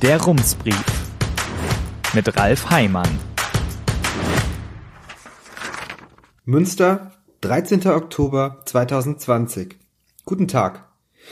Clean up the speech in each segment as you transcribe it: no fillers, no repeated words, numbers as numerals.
Der Rumsbrief mit Ralf Heimann. Münster, 13. Oktober 2020. Guten Tag.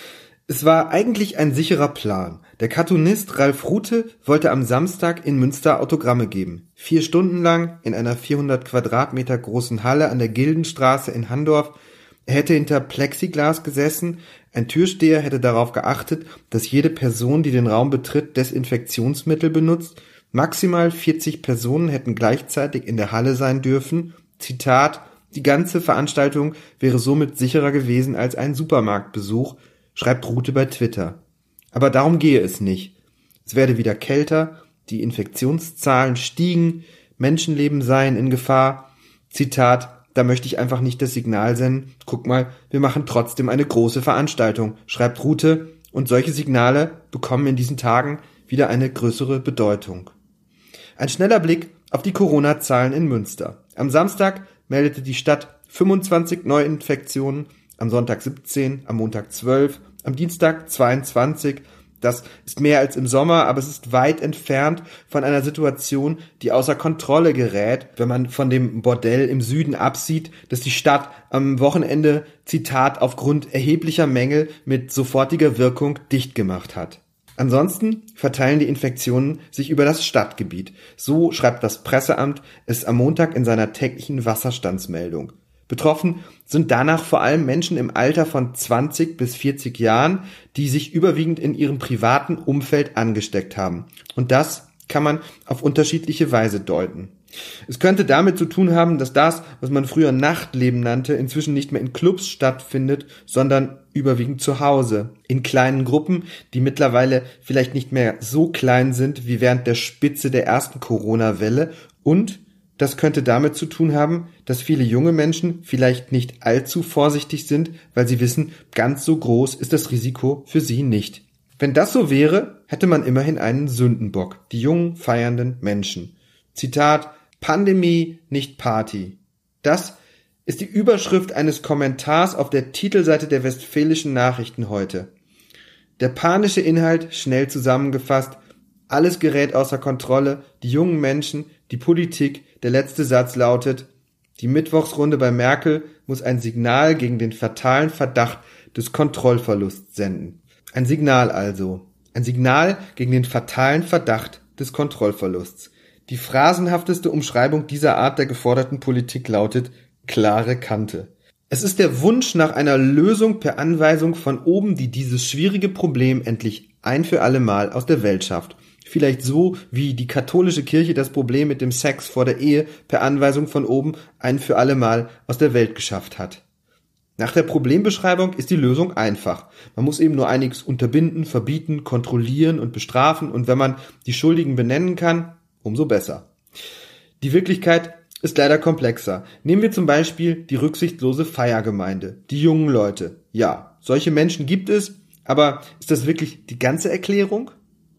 Es war eigentlich ein sicherer Plan. Der Cartoonist Ralf Rute wollte am Samstag in Münster Autogramme geben. 4 Stunden lang in einer 400 Quadratmeter großen Halle an der Gildenstraße in Handorf. Er hätte hinter Plexiglas gesessen. Ein Türsteher hätte darauf geachtet, dass jede Person, die den Raum betritt, Desinfektionsmittel benutzt. Maximal 40 Personen hätten gleichzeitig in der Halle sein dürfen. Zitat: Die ganze Veranstaltung wäre somit sicherer gewesen als ein Supermarktbesuch, schreibt Rute bei Twitter. Aber darum gehe es nicht. Es werde wieder kälter, die Infektionszahlen stiegen, Menschenleben seien in Gefahr. Zitat: Da möchte ich einfach nicht das Signal senden, guck mal, wir machen trotzdem eine große Veranstaltung, schreibt Rute, und solche Signale bekommen in diesen Tagen wieder eine größere Bedeutung. Ein schneller Blick auf die Corona-Zahlen in Münster. Am Samstag meldete die Stadt 25 Neuinfektionen, am Sonntag 17, am Montag 12, am Dienstag 22. Das ist mehr als im Sommer, aber es ist weit entfernt von einer Situation, die außer Kontrolle gerät, wenn man von dem Bordell im Süden absieht, das die Stadt am Wochenende, Zitat, aufgrund erheblicher Mängel mit sofortiger Wirkung dicht gemacht hat. Ansonsten verteilen die Infektionen sich über das Stadtgebiet. So schreibt das Presseamt es am Montag in seiner täglichen Wasserstandsmeldung. Betroffen sind danach vor allem Menschen im Alter von 20 bis 40 Jahren, die sich überwiegend in ihrem privaten Umfeld angesteckt haben. Und das kann man auf unterschiedliche Weise deuten. Es könnte damit zu tun haben, dass das, was man früher Nachtleben nannte, inzwischen nicht mehr in Clubs stattfindet, sondern überwiegend zu Hause, in kleinen Gruppen, die mittlerweile vielleicht nicht mehr so klein sind wie während der Spitze der ersten Corona-Welle, und das könnte damit zu tun haben, dass viele junge Menschen vielleicht nicht allzu vorsichtig sind, weil sie wissen, ganz so groß ist das Risiko für sie nicht. Wenn das so wäre, hätte man immerhin einen Sündenbock, die jungen, feiernden Menschen. Zitat: Pandemie, nicht Party. Das ist die Überschrift eines Kommentars auf der Titelseite der Westfälischen Nachrichten heute. Der panische Inhalt schnell zusammengefasst: Alles gerät außer Kontrolle, die jungen Menschen, die Politik. Der letzte Satz lautet: Die Mittwochsrunde bei Merkel muss ein Signal gegen den fatalen Verdacht des Kontrollverlusts senden. Ein Signal also. Ein Signal gegen den fatalen Verdacht des Kontrollverlusts. Die phrasenhafteste Umschreibung dieser Art der geforderten Politik lautet: klare Kante. Es ist der Wunsch nach einer Lösung per Anweisung von oben, die dieses schwierige Problem endlich ein für alle Mal aus der Welt schafft. Vielleicht so, wie die katholische Kirche das Problem mit dem Sex vor der Ehe per Anweisung von oben ein für alle Mal aus der Welt geschafft hat. Nach der Problembeschreibung ist die Lösung einfach. Man muss eben nur einiges unterbinden, verbieten, kontrollieren und bestrafen, und wenn man die Schuldigen benennen kann, umso besser. Die Wirklichkeit ist leider komplexer. Nehmen wir zum Beispiel die rücksichtslose Feiergemeinde, die jungen Leute. Ja, solche Menschen gibt es, aber ist das wirklich die ganze Erklärung?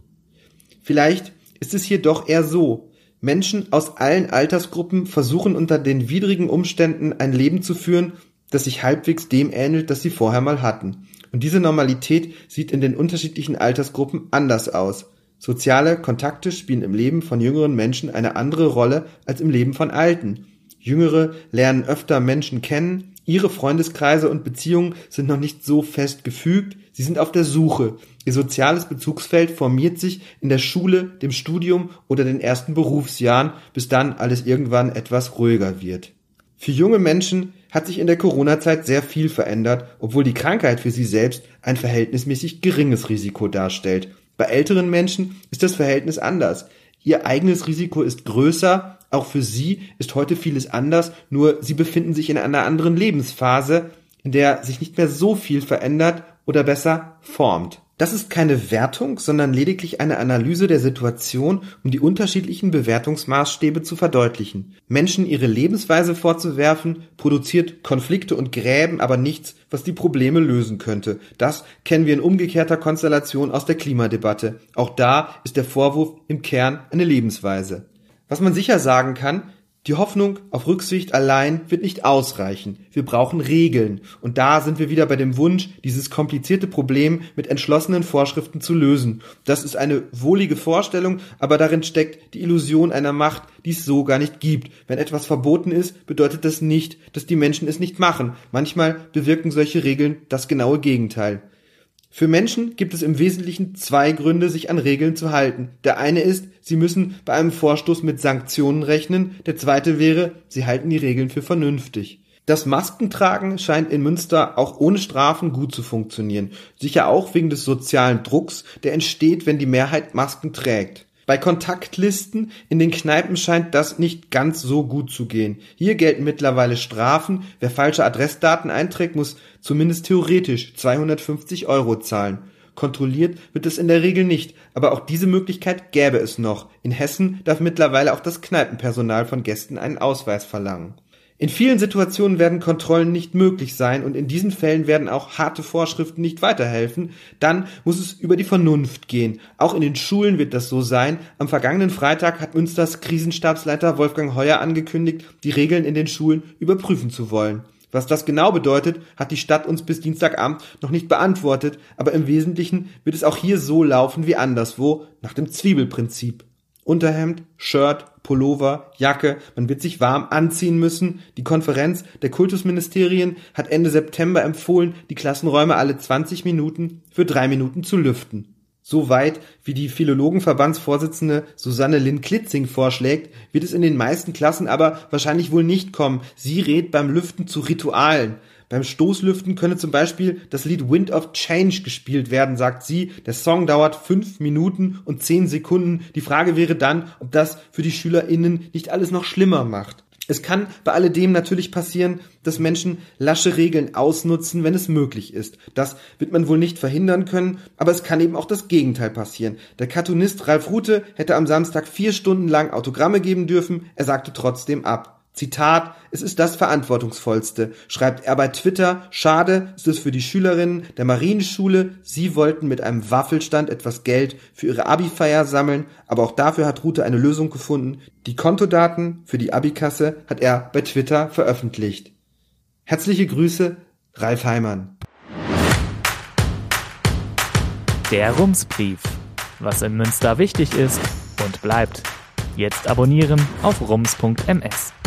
Vielleicht ist es hier doch eher so: Menschen aus allen Altersgruppen versuchen unter den widrigen Umständen ein Leben zu führen, das sich halbwegs dem ähnelt, das sie vorher mal hatten. Und diese Normalität sieht in den unterschiedlichen Altersgruppen anders aus. Soziale Kontakte spielen im Leben von jüngeren Menschen eine andere Rolle als im Leben von Alten. Jüngere lernen öfter Menschen kennen, ihre Freundeskreise und Beziehungen sind noch nicht so fest gefügt, sie sind auf der Suche. Ihr soziales Bezugsfeld formiert sich in der Schule, dem Studium oder den ersten Berufsjahren, bis dann alles irgendwann etwas ruhiger wird. Für junge Menschen hat sich in der Corona-Zeit sehr viel verändert, obwohl die Krankheit für sie selbst ein verhältnismäßig geringes Risiko darstellt. Bei älteren Menschen ist das Verhältnis anders. Ihr eigenes Risiko ist größer, auch für sie ist heute vieles anders, nur sie befinden sich in einer anderen Lebensphase, in der sich nicht mehr so viel verändert oder besser formt. Das ist keine Wertung, sondern lediglich eine Analyse der Situation, um die unterschiedlichen Bewertungsmaßstäbe zu verdeutlichen. Menschen ihre Lebensweise vorzuwerfen, produziert Konflikte und Gräben, aber nichts, was die Probleme lösen könnte. Das kennen wir in umgekehrter Konstellation aus der Klimadebatte. Auch da ist der Vorwurf im Kern eine Lebensweise. Was man sicher sagen kann: Die Hoffnung auf Rücksicht allein wird nicht ausreichen. Wir brauchen Regeln. Und da sind wir wieder bei dem Wunsch, dieses komplizierte Problem mit entschlossenen Vorschriften zu lösen. Das ist eine wohlige Vorstellung, aber darin steckt die Illusion einer Macht, die es so gar nicht gibt. Wenn etwas verboten ist, bedeutet das nicht, dass die Menschen es nicht machen. Manchmal bewirken solche Regeln das genaue Gegenteil. Für Menschen gibt es im Wesentlichen 2 Gründe, sich an Regeln zu halten. Der eine ist, sie müssen bei einem Vorstoß mit Sanktionen rechnen. Der zweite wäre, sie halten die Regeln für vernünftig. Das Maskentragen scheint in Münster auch ohne Strafen gut zu funktionieren. Sicher auch wegen des sozialen Drucks, der entsteht, wenn die Mehrheit Masken trägt. Bei Kontaktlisten in den Kneipen scheint das nicht ganz so gut zu gehen. Hier gelten mittlerweile Strafen. Wer falsche Adressdaten einträgt, muss zumindest theoretisch 250 € zahlen. Kontrolliert wird es in der Regel nicht, aber auch diese Möglichkeit gäbe es noch. In Hessen darf mittlerweile auch das Kneipenpersonal von Gästen einen Ausweis verlangen. In vielen Situationen werden Kontrollen nicht möglich sein und in diesen Fällen werden auch harte Vorschriften nicht weiterhelfen. Dann muss es über die Vernunft gehen. Auch in den Schulen wird das so sein. Am vergangenen Freitag hat Münsters Krisenstabsleiter Wolfgang Heuer angekündigt, die Regeln in den Schulen überprüfen zu wollen. Was das genau bedeutet, hat die Stadt uns bis Dienstagabend noch nicht beantwortet, aber im Wesentlichen wird es auch hier so laufen wie anderswo, nach dem Zwiebelprinzip. Unterhemd, Shirt, Pullover, Jacke, man wird sich warm anziehen müssen. Die Konferenz der Kultusministerien hat Ende September empfohlen, die Klassenräume alle 20 Minuten für 3 Minuten zu lüften. So weit, wie die Philologenverbandsvorsitzende Susanne Linn-Klitzing vorschlägt, wird es in den meisten Klassen aber wahrscheinlich wohl nicht kommen. Sie rät beim Lüften zu Ritualen. Beim Stoßlüften könne zum Beispiel das Lied Wind of Change gespielt werden, sagt sie. Der Song dauert 5 Minuten und 10 Sekunden. Die Frage wäre dann, ob das für die SchülerInnen nicht alles noch schlimmer macht. Es kann bei alledem natürlich passieren, dass Menschen lasche Regeln ausnutzen, wenn es möglich ist. Das wird man wohl nicht verhindern können, aber es kann eben auch das Gegenteil passieren. Der Cartoonist Ralf Ruthe hätte am Samstag 4 Stunden lang Autogramme geben dürfen, er sagte trotzdem ab. Zitat, es ist das Verantwortungsvollste, schreibt er bei Twitter. Schade ist es für die Schülerinnen der Marienschule. Sie wollten mit einem Waffelstand etwas Geld für ihre Abi-Feier sammeln, aber auch dafür hat Ruthe eine Lösung gefunden. Die Kontodaten für die Abi-Kasse hat er bei Twitter veröffentlicht. Herzliche Grüße, Ralf Heimann. Der Rumsbrief. Was in Münster wichtig ist und bleibt. Jetzt abonnieren auf rums.ms.